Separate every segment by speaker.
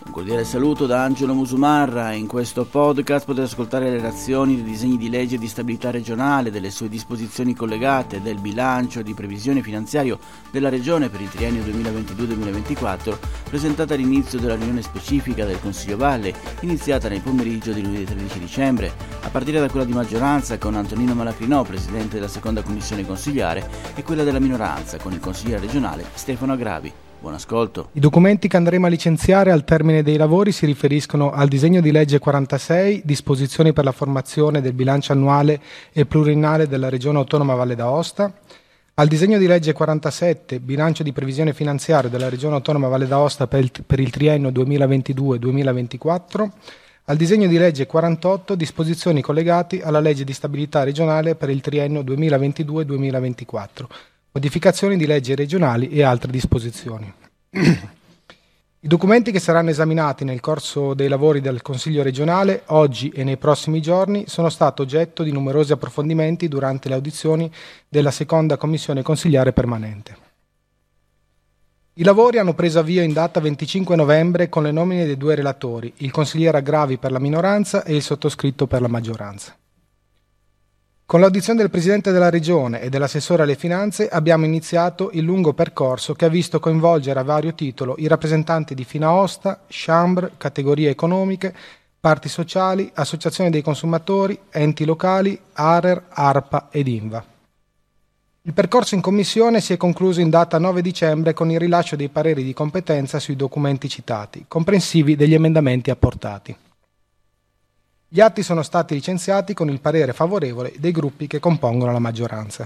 Speaker 1: Un cordiale saluto da Angelo Musumarra. In questo podcast potete ascoltare le relazioni dei disegni di legge di stabilità regionale, delle sue disposizioni collegate, del bilancio di previsione finanziario della Regione per il triennio 2022-2024, presentata all'inizio della riunione specifica del Consiglio Valle, iniziata nel pomeriggio di lunedì 13 dicembre, a partire da quella di maggioranza con Antonino Malacrinò, presidente della seconda commissione consigliare, e quella della minoranza con il consigliere regionale Stefano Agravi. Buon ascolto.
Speaker 2: I documenti che andremo a licenziare al termine dei lavori si riferiscono al disegno di legge 46, disposizioni per la formazione del bilancio annuale e pluriennale della Regione Autonoma Valle d'Aosta, al disegno di legge 47, bilancio di previsione finanziaria della Regione Autonoma Valle d'Aosta per il triennio 2022-2024, al disegno di legge 48, disposizioni collegati alla legge di stabilità regionale per il triennio 2022-2024. Modificazioni di leggi regionali e altre disposizioni. I documenti che saranno esaminati nel corso dei lavori del Consiglio regionale, oggi e nei prossimi giorni, sono stati oggetto di numerosi approfondimenti durante le audizioni della seconda commissione consigliare permanente. I lavori hanno preso avvio in data 25 novembre con le nomine dei due relatori, il consigliere Agravi per la minoranza e il sottoscritto per la maggioranza. Con l'audizione del Presidente della Regione e dell'assessore alle finanze abbiamo iniziato il lungo percorso che ha visto coinvolgere a vario titolo i rappresentanti di Finaosta, Chambre, categorie economiche, parti sociali, associazioni dei consumatori, enti locali, ARER, ARPA ed INVA. Il percorso in commissione si è concluso in data 9 dicembre con il rilascio dei pareri di competenza sui documenti citati, comprensivi degli emendamenti apportati. Gli atti sono stati licenziati con il parere favorevole dei gruppi che compongono la maggioranza.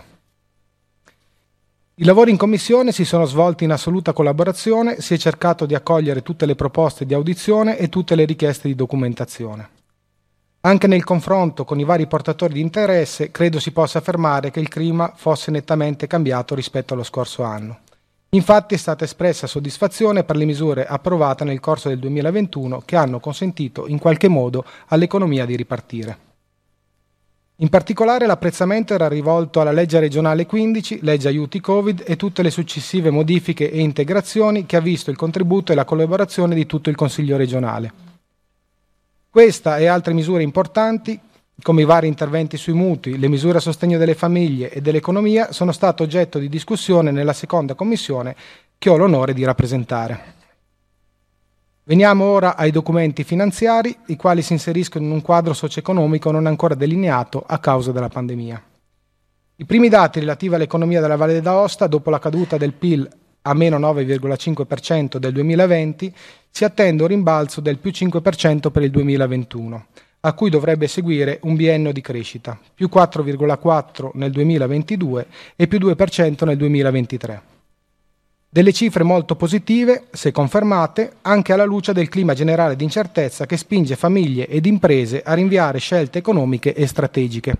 Speaker 2: I lavori in commissione si sono svolti in assoluta collaborazione, si è cercato di accogliere tutte le proposte di audizione e tutte le richieste di documentazione. Anche nel confronto con i vari portatori di interesse, credo si possa affermare che il clima fosse nettamente cambiato rispetto allo scorso anno. Infatti è stata espressa soddisfazione per le misure approvate nel corso del 2021 che hanno consentito in qualche modo all'economia di ripartire. In particolare l'apprezzamento era rivolto alla legge regionale 15, legge aiuti Covid e tutte le successive modifiche e integrazioni che ha visto il contributo e la collaborazione di tutto il Consiglio regionale. Questa e altre misure importanti, come i vari interventi sui mutui, le misure a sostegno delle famiglie e dell'economia, sono state oggetto di discussione nella seconda commissione che ho l'onore di rappresentare. Veniamo ora ai documenti finanziari, i quali si inseriscono in un quadro socio-economico non ancora delineato a causa della pandemia. I primi dati relativi all'economia della Valle d'Aosta, dopo la caduta del PIL a meno 9,5% del 2020, si attende un rimbalzo del più 5% per il 2021. A cui dovrebbe seguire un biennio di crescita, più 4,4% nel 2022 e più 2% nel 2023. Delle cifre molto positive, se confermate, anche alla luce del clima generale di incertezza che spinge famiglie ed imprese a rinviare scelte economiche e strategiche.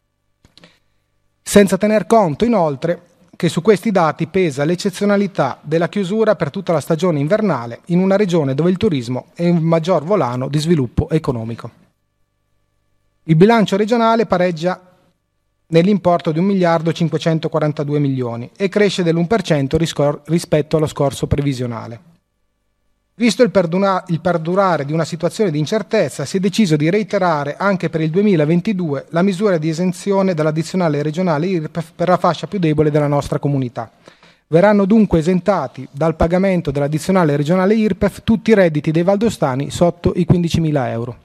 Speaker 2: Senza tener conto, inoltre, che su questi dati pesa l'eccezionalità della chiusura per tutta la stagione invernale in una regione dove il turismo è un maggior volano di sviluppo economico. Il bilancio regionale pareggia nell'importo di 1.542 milioni e cresce dell'1% rispetto allo scorso previsionale. Visto il perdurare di una situazione di incertezza, si è deciso di reiterare anche per il 2022 la misura di esenzione dall'addizionale regionale IRPEF per la fascia più debole della nostra comunità. Verranno dunque esentati dal pagamento dell'addizionale regionale IRPEF tutti i redditi dei valdostani sotto i 15.000 euro.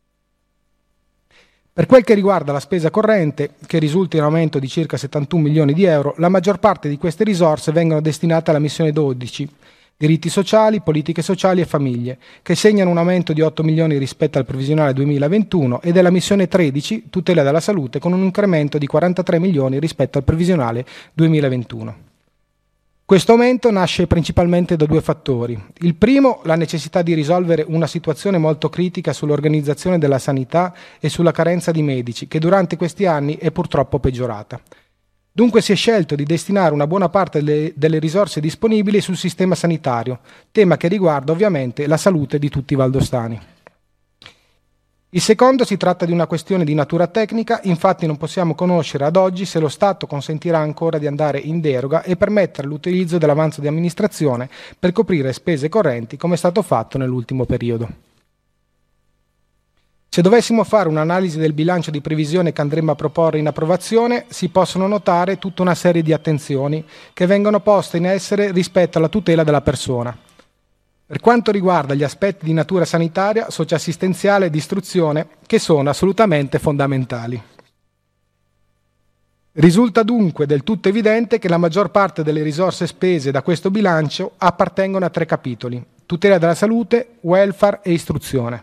Speaker 2: Per quel che riguarda la spesa corrente, che risulta in aumento di circa 71 milioni di euro, la maggior parte di queste risorse vengono destinate alla missione 12, diritti sociali, politiche sociali e famiglie, che segnano un aumento di 8 milioni rispetto al previsionale 2021 e della missione 13, tutela della salute, con un incremento di 43 milioni rispetto al previsionale 2021. Questo aumento nasce principalmente da due fattori. Il primo, la necessità di risolvere una situazione molto critica sull'organizzazione della sanità e sulla carenza di medici, che durante questi anni è purtroppo peggiorata. Dunque si è scelto di destinare una buona parte delle risorse disponibili sul sistema sanitario, tema che riguarda ovviamente la salute di tutti i valdostani. Il secondo si tratta di una questione di natura tecnica, infatti non possiamo conoscere ad oggi se lo Stato consentirà ancora di andare in deroga e permettere l'utilizzo dell'avanzo di amministrazione per coprire spese correnti come è stato fatto nell'ultimo periodo. Se dovessimo fare un'analisi del bilancio di previsione che andremo a proporre in approvazione, si possono notare tutta una serie di attenzioni che vengono poste in essere rispetto alla tutela della persona. Per quanto riguarda gli aspetti di natura sanitaria, socioassistenziale e di istruzione, che sono assolutamente fondamentali. Risulta dunque del tutto evidente che la maggior parte delle risorse spese da questo bilancio appartengono a 3 capitoli: tutela della salute, welfare e istruzione.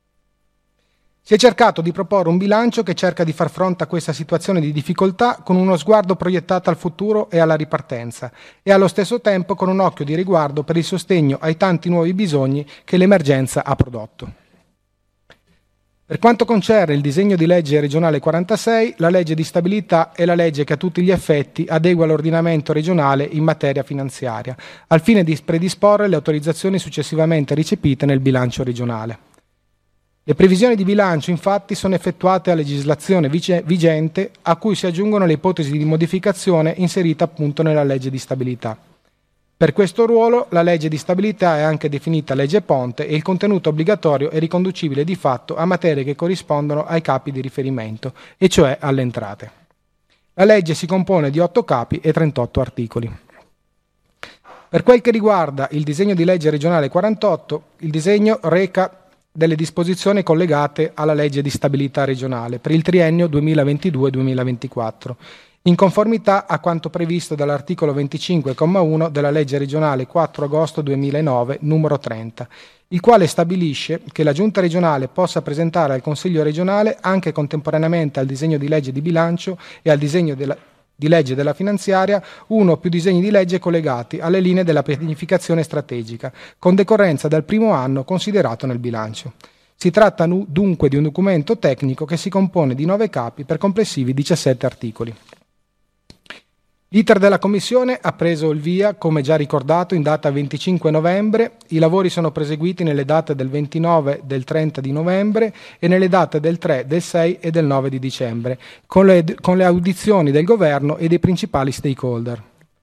Speaker 2: Si è cercato di proporre un bilancio che cerca di far fronte a questa situazione di difficoltà con uno sguardo proiettato al futuro e alla ripartenza e allo stesso tempo con un occhio di riguardo per il sostegno ai tanti nuovi bisogni che l'emergenza ha prodotto. Per quanto concerne il disegno di legge regionale 46, la legge di stabilità è la legge che a tutti gli effetti adegua l'ordinamento regionale in materia finanziaria, al fine di predisporre le autorizzazioni successivamente recepite nel bilancio regionale. Le previsioni di bilancio, infatti, sono effettuate a legislazione vigente, a cui si aggiungono le ipotesi di modificazione inserite appunto nella legge di stabilità. Per questo ruolo, la legge di stabilità è anche definita legge ponte e il contenuto obbligatorio è riconducibile di fatto a materie che corrispondono ai capi di riferimento, e cioè alle entrate. La legge si compone di 8 capi e 38 articoli. Per quel che riguarda il disegno di legge regionale 48, il disegno reca delle disposizioni collegate alla legge di stabilità regionale per il triennio 2022-2024, in conformità a quanto previsto dall'articolo 25,1 della legge regionale 4 agosto 2009 numero 30, il quale stabilisce che la Giunta regionale possa presentare al Consiglio regionale, anche contemporaneamente al disegno di legge di bilancio e al disegno di legge della finanziaria, uno o più disegni di legge collegati alle linee della pianificazione strategica, con decorrenza dal primo anno considerato nel bilancio. Si tratta dunque di un documento tecnico che si compone di 9 capi per complessivi 17 articoli. L'iter della Commissione ha preso il via, come già ricordato, in data 25 novembre. I lavori sono proseguiti nelle date del 29 e del 30 di novembre e nelle date del 3, del 6 e del 9 di dicembre, con le audizioni del Governo e dei principali stakeholder.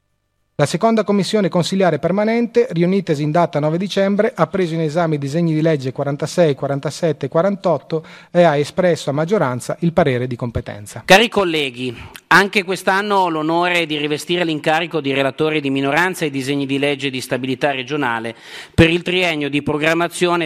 Speaker 2: La seconda commissione consiliare permanente, riunitasi in data 9 dicembre, ha preso in esame i disegni di legge 46, 47 e 48 e ha espresso a maggioranza il parere di competenza.
Speaker 3: Cari colleghi, anche quest'anno ho l'onore di rivestire l'incarico di relatore di minoranza ai disegni di legge di stabilità regionale per il triennio di programmazione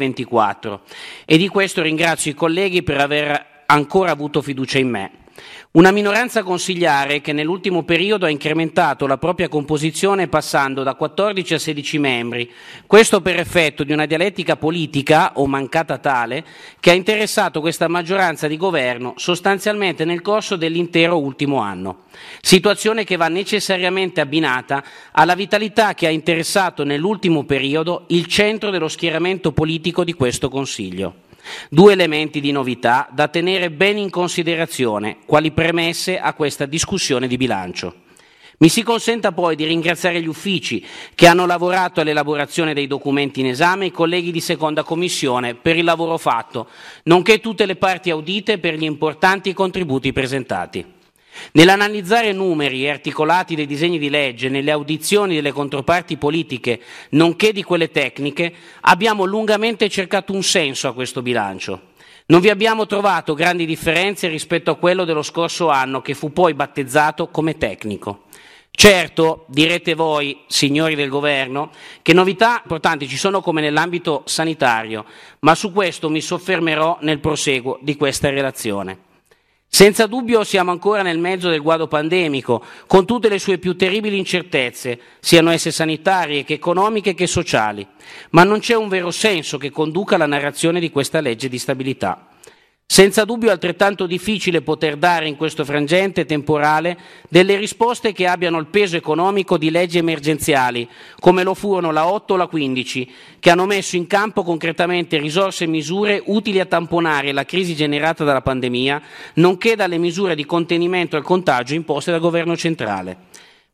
Speaker 3: 22-24 e di questo ringrazio i colleghi per aver ancora avuto fiducia in me. Una minoranza consigliare che nell'ultimo periodo ha incrementato la propria composizione passando da 14 a 16 membri, questo per effetto di una dialettica politica, o mancata tale, che ha interessato questa maggioranza di governo sostanzialmente nel corso dell'intero ultimo anno. Situazione che va necessariamente abbinata alla vitalità che ha interessato nell'ultimo periodo il centro dello schieramento politico di questo Consiglio. 2 elementi di novità da tenere ben in considerazione quali premesse a questa discussione di bilancio. Mi si consenta poi di ringraziare gli uffici che hanno lavorato all'elaborazione dei documenti in esame e i colleghi di seconda commissione per il lavoro fatto, nonché tutte le parti audite per gli importanti contributi presentati. Nell'analizzare numeri e articolati dei disegni di legge, nelle audizioni delle controparti politiche, nonché di quelle tecniche, abbiamo lungamente cercato un senso a questo bilancio. Non vi abbiamo trovato grandi differenze rispetto a quello dello scorso anno, che fu poi battezzato come tecnico. Certo, direte voi, signori del Governo, che novità importanti ci sono come nell'ambito sanitario, ma su questo mi soffermerò nel proseguo di questa relazione. Senza dubbio siamo ancora nel mezzo del guado pandemico, con tutte le sue più terribili incertezze, siano esse sanitarie che economiche che sociali, ma non c'è un vero senso che conduca alla narrazione di questa legge di stabilità. Senza dubbio è altrettanto difficile poter dare in questo frangente temporale delle risposte che abbiano il peso economico di leggi emergenziali, come lo furono la 8 o la 15, che hanno messo in campo concretamente risorse e misure utili a tamponare la crisi generata dalla pandemia, nonché dalle misure di contenimento al contagio imposte dal governo centrale.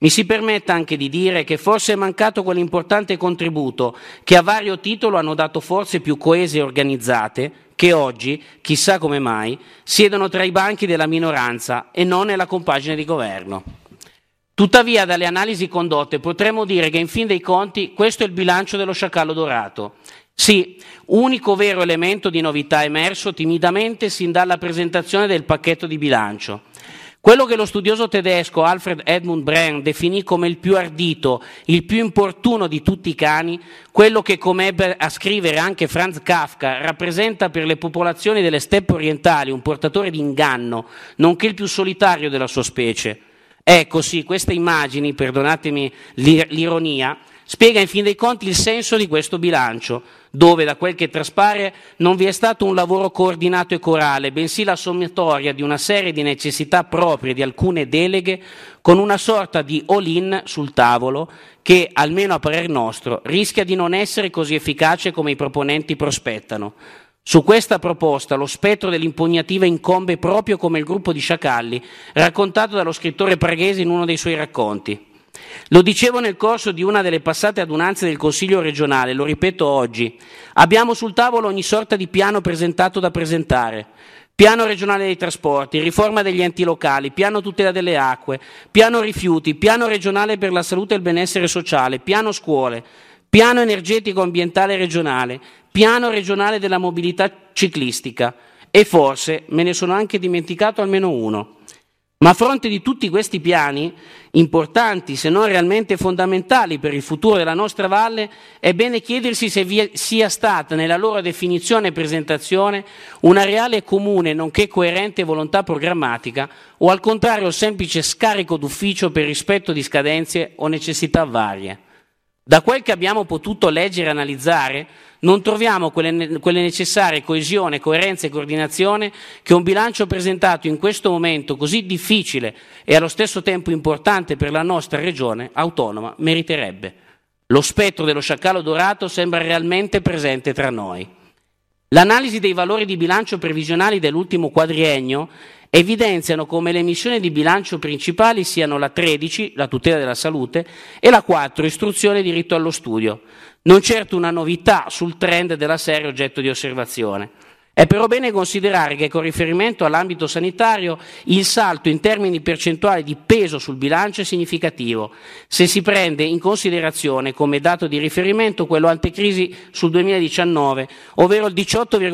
Speaker 3: Mi si permetta anche di dire che forse è mancato quell'importante contributo che a vario titolo hanno dato forze più coese e organizzate, che oggi, chissà come mai, siedono tra i banchi della minoranza e non nella compagine di governo. Tuttavia, dalle analisi condotte potremmo dire che in fin dei conti questo è il bilancio dello sciacallo dorato. Sì, unico vero elemento di novità emerso timidamente sin dalla presentazione del pacchetto di bilancio. Quello che lo studioso tedesco Alfred Edmund Brand definì come il più ardito, il più importuno di tutti i cani, quello che, come ebbe a scrivere anche Franz Kafka, rappresenta per le popolazioni delle steppe orientali un portatore di inganno, nonché il più solitario della sua specie. Ecco sì, queste immagini, perdonatemi l'ironia, spiega in fin dei conti il senso di questo bilancio, dove, da quel che traspare, non vi è stato un lavoro coordinato e corale, bensì la sommatoria di una serie di necessità proprie di alcune deleghe, con una sorta di all-in sul tavolo che, almeno a parer nostro, rischia di non essere così efficace come i proponenti prospettano. Su questa proposta lo spettro dell'impugnativa incombe proprio come il gruppo di sciacalli, raccontato dallo scrittore praghese in uno dei suoi racconti. Lo dicevo nel corso di una delle passate adunanze del Consiglio regionale, lo ripeto oggi. Abbiamo sul tavolo ogni sorta di piano presentato da presentare. Piano regionale dei trasporti, riforma degli enti locali, piano tutela delle acque, piano rifiuti, piano regionale per la salute e il benessere sociale, piano scuole, piano energetico ambientale regionale, piano regionale della mobilità ciclistica e forse me ne sono anche dimenticato almeno uno. Ma a fronte di tutti questi piani, importanti se non realmente fondamentali per il futuro della nostra valle, è bene chiedersi se vi sia stata nella loro definizione e presentazione una reale e comune nonché coerente volontà programmatica o al contrario semplice scarico d'ufficio per rispetto di scadenze o necessità varie. Da quel che abbiamo potuto leggere e analizzare, non troviamo quelle necessarie coesione, coerenza e coordinazione che un bilancio presentato in questo momento così difficile e allo stesso tempo importante per la nostra regione autonoma meriterebbe. Lo spettro dello sciacallo dorato sembra realmente presente tra noi. L'analisi dei valori di bilancio previsionali dell'ultimo quadriennio evidenziano come le missioni di bilancio principali siano la 13, la tutela della salute, e la 4, istruzione e diritto allo studio. Non certo una novità sul trend della serie oggetto di osservazione. È però bene considerare che con riferimento all'ambito sanitario il salto in termini percentuali di peso sul bilancio è significativo, se si prende in considerazione come dato di riferimento quello antecrisi sul 2019, ovvero il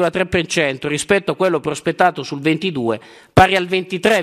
Speaker 3: 18,3% rispetto a quello prospettato sul 22, pari al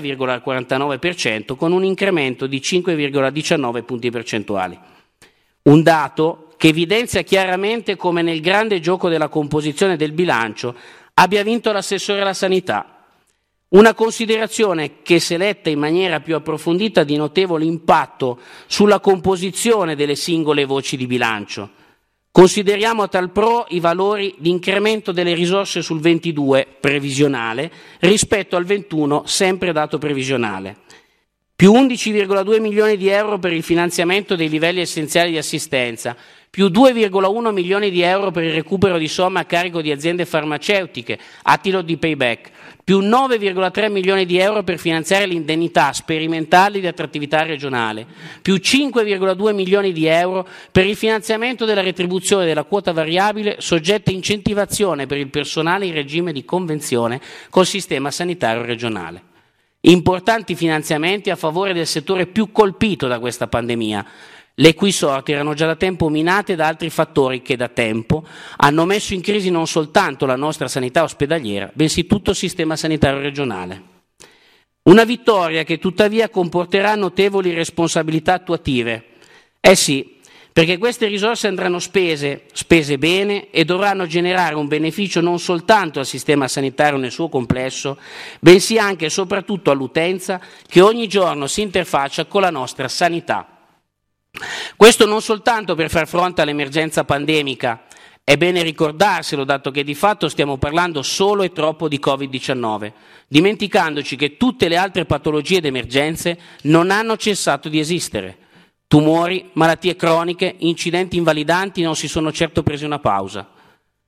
Speaker 3: 23,49%, con un incremento di 5,19 punti percentuali. Un dato che evidenzia chiaramente come nel grande gioco della composizione del bilancio abbia vinto l'assessore alla sanità. Una considerazione che, se letta in maniera più approfondita, ha di notevole impatto sulla composizione delle singole voci di bilancio. Consideriamo a tal pro i valori di incremento delle risorse sul 22 previsionale rispetto al 21 sempre dato previsionale. Più 11,2 milioni di euro per il finanziamento dei livelli essenziali di assistenza, più 2,1 milioni di euro per il recupero di somme a carico di aziende farmaceutiche a titolo di payback, più 9,3 milioni di euro per finanziare le indennità sperimentali di attrattività regionale, più 5,2 milioni di euro per il finanziamento della retribuzione della quota variabile soggetta a incentivazione per il personale in regime di convenzione col sistema sanitario regionale. Importanti finanziamenti a favore del settore più colpito da questa pandemia, le cui sorti erano già da tempo minate da altri fattori che da tempo hanno messo in crisi non soltanto la nostra sanità ospedaliera, bensì tutto il sistema sanitario regionale. Una vittoria che tuttavia comporterà notevoli responsabilità attuative. Sì, perché queste risorse andranno spese bene e dovranno generare un beneficio non soltanto al sistema sanitario nel suo complesso, bensì anche e soprattutto all'utenza che ogni giorno si interfaccia con la nostra sanità. Questo non soltanto per far fronte all'emergenza pandemica, è bene ricordarselo dato che di fatto stiamo parlando solo e troppo di Covid-19, dimenticandoci che tutte le altre patologie ed emergenze non hanno cessato di esistere. Tumori, malattie croniche, incidenti invalidanti non si sono certo presi una pausa.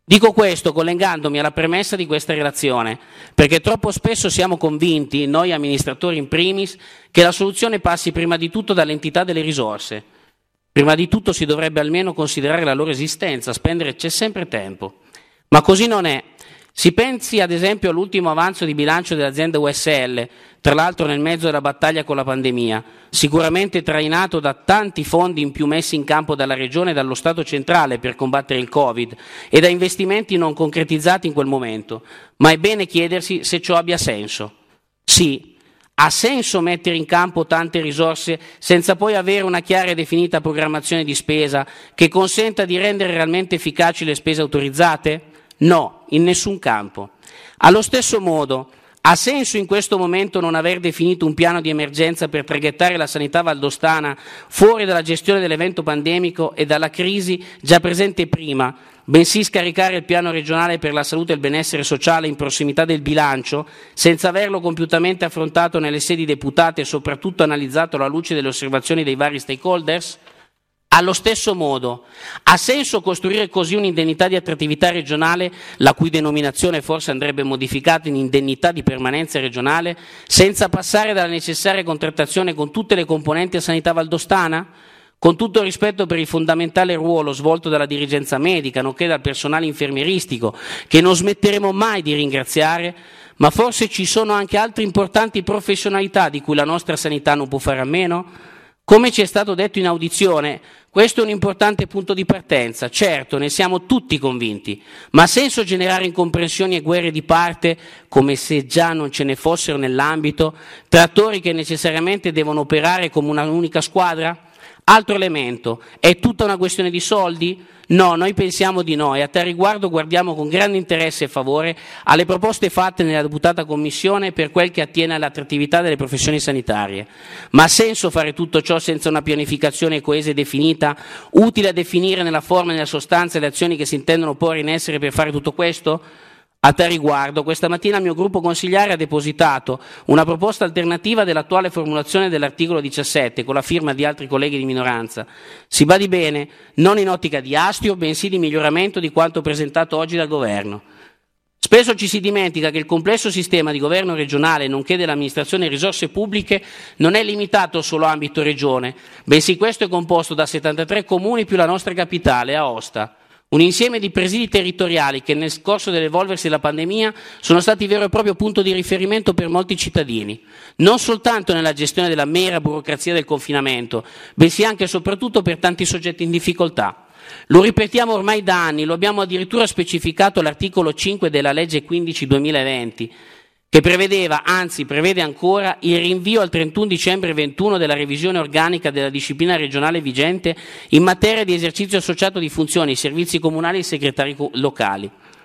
Speaker 3: Dico questo collegandomi alla premessa di questa relazione, perché troppo spesso siamo convinti, noi amministratori in primis, che la soluzione passi prima di tutto dall'entità delle risorse. Prima di tutto si dovrebbe almeno considerare la loro esistenza, spendere c'è sempre tempo. Ma così non è. Si pensi ad esempio all'ultimo avanzo di bilancio dell'azienda USL, tra l'altro nel mezzo della battaglia con la pandemia, sicuramente trainato da tanti fondi in più messi in campo dalla Regione e dallo Stato centrale per combattere il Covid e da investimenti non concretizzati in quel momento. Ma è bene chiedersi se ciò abbia senso. Sì, ha senso mettere in campo tante risorse senza poi avere una chiara e definita programmazione di spesa che consenta di rendere realmente efficaci le spese autorizzate? No, in nessun campo. Allo stesso modo, ha senso in questo momento non aver definito un piano di emergenza per traghettare la sanità valdostana fuori dalla gestione dell'evento pandemico e dalla crisi già presente prima, bensì scaricare il piano regionale per la salute e il benessere sociale in prossimità del bilancio, senza averlo compiutamente affrontato nelle sedi deputate e soprattutto analizzato alla luce delle osservazioni dei vari stakeholders? Allo stesso modo, ha senso costruire così un'indennità di attrattività regionale, la cui denominazione forse andrebbe modificata in indennità di permanenza regionale, senza passare dalla necessaria contrattazione con tutte le componenti a sanità valdostana? Con tutto il rispetto per il fondamentale ruolo svolto dalla dirigenza medica, nonché dal personale infermieristico, che non smetteremo mai di ringraziare, ma forse ci sono anche altre importanti professionalità di cui la nostra sanità non può fare a meno? Come ci è stato detto in audizione, questo è un importante punto di partenza, certo, ne siamo tutti convinti, ma ha senso generare incomprensioni e guerre di parte, come se già non ce ne fossero nell'ambito, tra attori che necessariamente devono operare come una unica squadra? Altro elemento, è tutta una questione di soldi? No, noi pensiamo di no e a tal riguardo guardiamo con grande interesse e favore alle proposte fatte nella deputata commissione per quel che attiene all'attrattività delle professioni sanitarie. Ma ha senso fare tutto ciò senza una pianificazione coesa e definita, utile a definire nella forma e nella sostanza le azioni che si intendono porre in essere per fare tutto questo? A tal riguardo, questa mattina il mio gruppo consigliare ha depositato una proposta alternativa dell'attuale formulazione dell'articolo 17 con la firma di altri colleghi di minoranza. Si badi bene, non in ottica di astio, bensì di miglioramento di quanto presentato oggi dal Governo. Spesso ci si dimentica che il complesso sistema di governo regionale, nonché dell'amministrazione delle risorse pubbliche, non è limitato solo a ambito regione, bensì questo è composto da 73 comuni più la nostra capitale, Aosta. Un insieme di presidi territoriali che nel corso dell'evolversi della pandemia sono stati vero e proprio punto di riferimento per molti cittadini, non soltanto nella gestione della mera burocrazia del confinamento, bensì anche e soprattutto per tanti soggetti in difficoltà. Lo ripetiamo ormai da anni, lo abbiamo addirittura specificato all'articolo 5 della legge 15/2020, che prevedeva, anzi prevede ancora, il rinvio al 31 dicembre 21 della revisione organica della disciplina regionale vigente in materia di esercizio associato di funzioni, servizi comunali e segretari locali.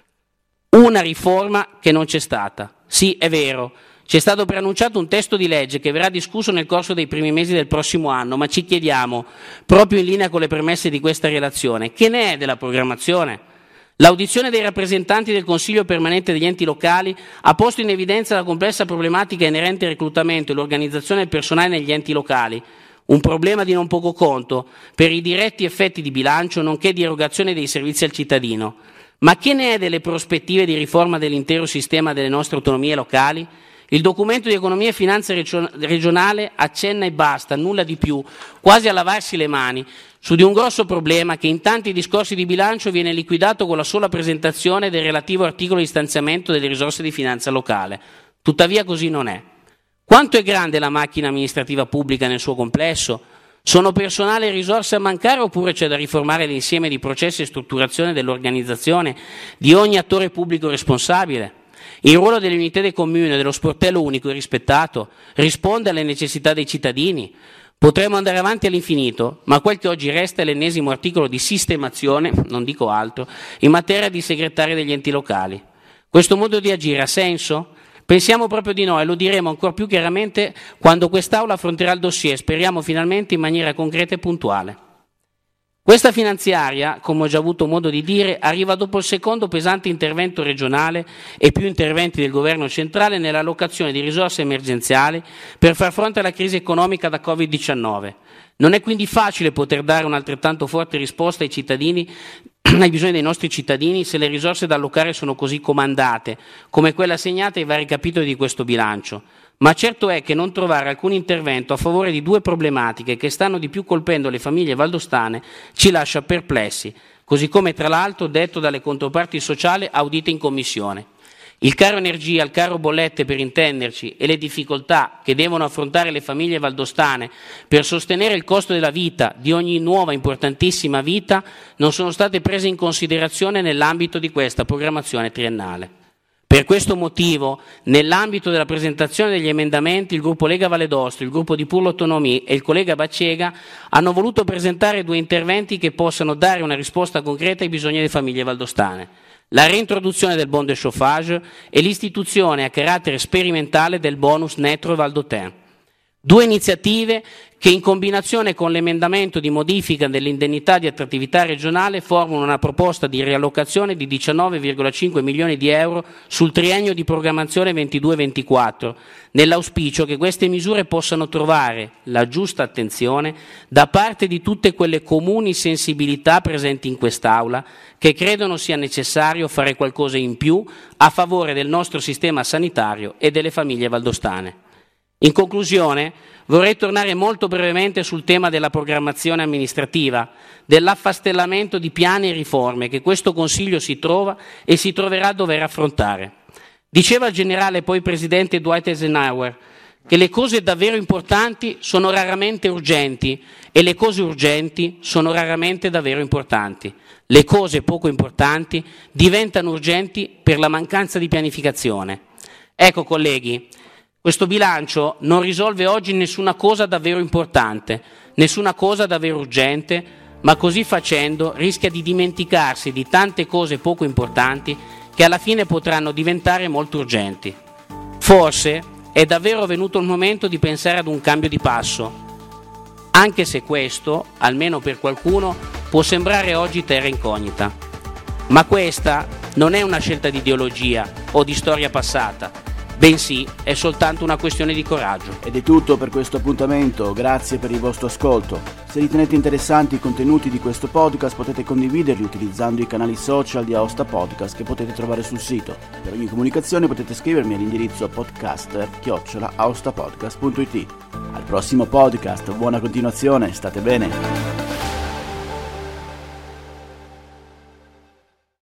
Speaker 3: Una riforma che non c'è stata. Sì, è vero, ci è stato preannunciato un testo di legge che verrà discusso nel corso dei primi mesi del prossimo anno, ma ci chiediamo, proprio in linea con le premesse di questa relazione, che ne è della programmazione? L'audizione dei rappresentanti del Consiglio permanente degli enti locali ha posto in evidenza la complessa problematica inerente al reclutamento e l'organizzazione del personale negli enti locali, un problema di non poco conto per i diretti effetti di bilancio nonché di erogazione dei servizi al cittadino. Ma che ne è delle prospettive di riforma dell'intero sistema delle nostre autonomie locali? Il documento di economia e finanza regionale accenna e basta, nulla di più, quasi a lavarsi le mani, su di un grosso problema che in tanti discorsi di bilancio viene liquidato con la sola presentazione del relativo articolo di stanziamento delle risorse di finanza locale. Tuttavia così non è. Quanto è grande la macchina amministrativa pubblica nel suo complesso? Sono personale e risorse a mancare oppure c'è da riformare l'insieme di processi e strutturazione dell'organizzazione di ogni attore pubblico responsabile? Il ruolo delle unità del comune, dello sportello unico e rispettato, risponde alle necessità dei cittadini? Potremmo andare avanti all'infinito, ma quel che oggi resta è l'ennesimo articolo di sistemazione, non dico altro, in materia di segretari degli enti locali. Questo modo di agire ha senso? Pensiamo proprio di no e lo diremo ancora più chiaramente quando quest'Aula affronterà il dossier, speriamo finalmente in maniera concreta e puntuale. Questa finanziaria, come ho già avuto modo di dire, arriva dopo il secondo pesante intervento regionale e più interventi del governo centrale nell'allocazione di risorse emergenziali per far fronte alla crisi economica da Covid-19. Non è quindi facile poter dare un'altrettanto forte risposta ai cittadini ai bisogni dei nostri cittadini se le risorse da allocare sono così comandate, come quelle assegnate ai vari capitoli di questo bilancio. Ma certo è che non trovare alcun intervento a favore di due problematiche che stanno di più colpendo le famiglie valdostane ci lascia perplessi, così come tra l'altro detto dalle controparti sociali audite in commissione. Il caro energia, il caro bollette per intenderci e le difficoltà che devono affrontare le famiglie valdostane per sostenere il costo della vita, di ogni nuova importantissima vita, non sono state prese in considerazione nell'ambito di questa programmazione triennale. Per questo motivo, nell'ambito della presentazione degli emendamenti, il gruppo Lega Valle d'Aosta, il gruppo di Pur l'Autonomia e il collega Baccega hanno voluto presentare due interventi che possano dare una risposta concreta ai bisogni delle famiglie valdostane: la reintroduzione del bon de chauffage e l'istituzione a carattere sperimentale del bonus Netro Valdôtain. Due iniziative che in combinazione con l'emendamento di modifica dell'indennità di attrattività regionale formano una proposta di riallocazione di 19,5 milioni di euro sul triennio di programmazione 22-24, nell'auspicio che queste misure possano trovare la giusta attenzione da parte di tutte quelle comuni sensibilità presenti in quest'Aula che credono sia necessario fare qualcosa in più a favore del nostro sistema sanitario e delle famiglie valdostane. In conclusione, vorrei tornare molto brevemente sul tema della programmazione amministrativa, dell'affastellamento di piani e riforme che questo Consiglio si trova e si troverà a dover affrontare. Diceva il generale poi presidente Dwight Eisenhower che le cose davvero importanti sono raramente urgenti e le cose urgenti sono raramente davvero importanti. Le cose poco importanti diventano urgenti per la mancanza di pianificazione. Ecco, colleghi, questo bilancio non risolve oggi nessuna cosa davvero importante, nessuna cosa davvero urgente, ma così facendo rischia di dimenticarsi di tante cose poco importanti che alla fine potranno diventare molto urgenti. Forse è davvero venuto il momento di pensare ad un cambio di passo, anche se questo, almeno per qualcuno, può sembrare oggi terra incognita. Ma questa non è una scelta di ideologia o di storia passata, bensì è soltanto una questione di coraggio.
Speaker 1: Ed è tutto per questo appuntamento, grazie per il vostro ascolto. Se ritenete interessanti i contenuti di questo podcast potete condividerli utilizzando i canali social di Aosta Podcast che potete trovare sul sito. Per ogni comunicazione potete scrivermi all'indirizzo podcaster@aostapodcast.it. Al prossimo podcast, buona continuazione, state bene!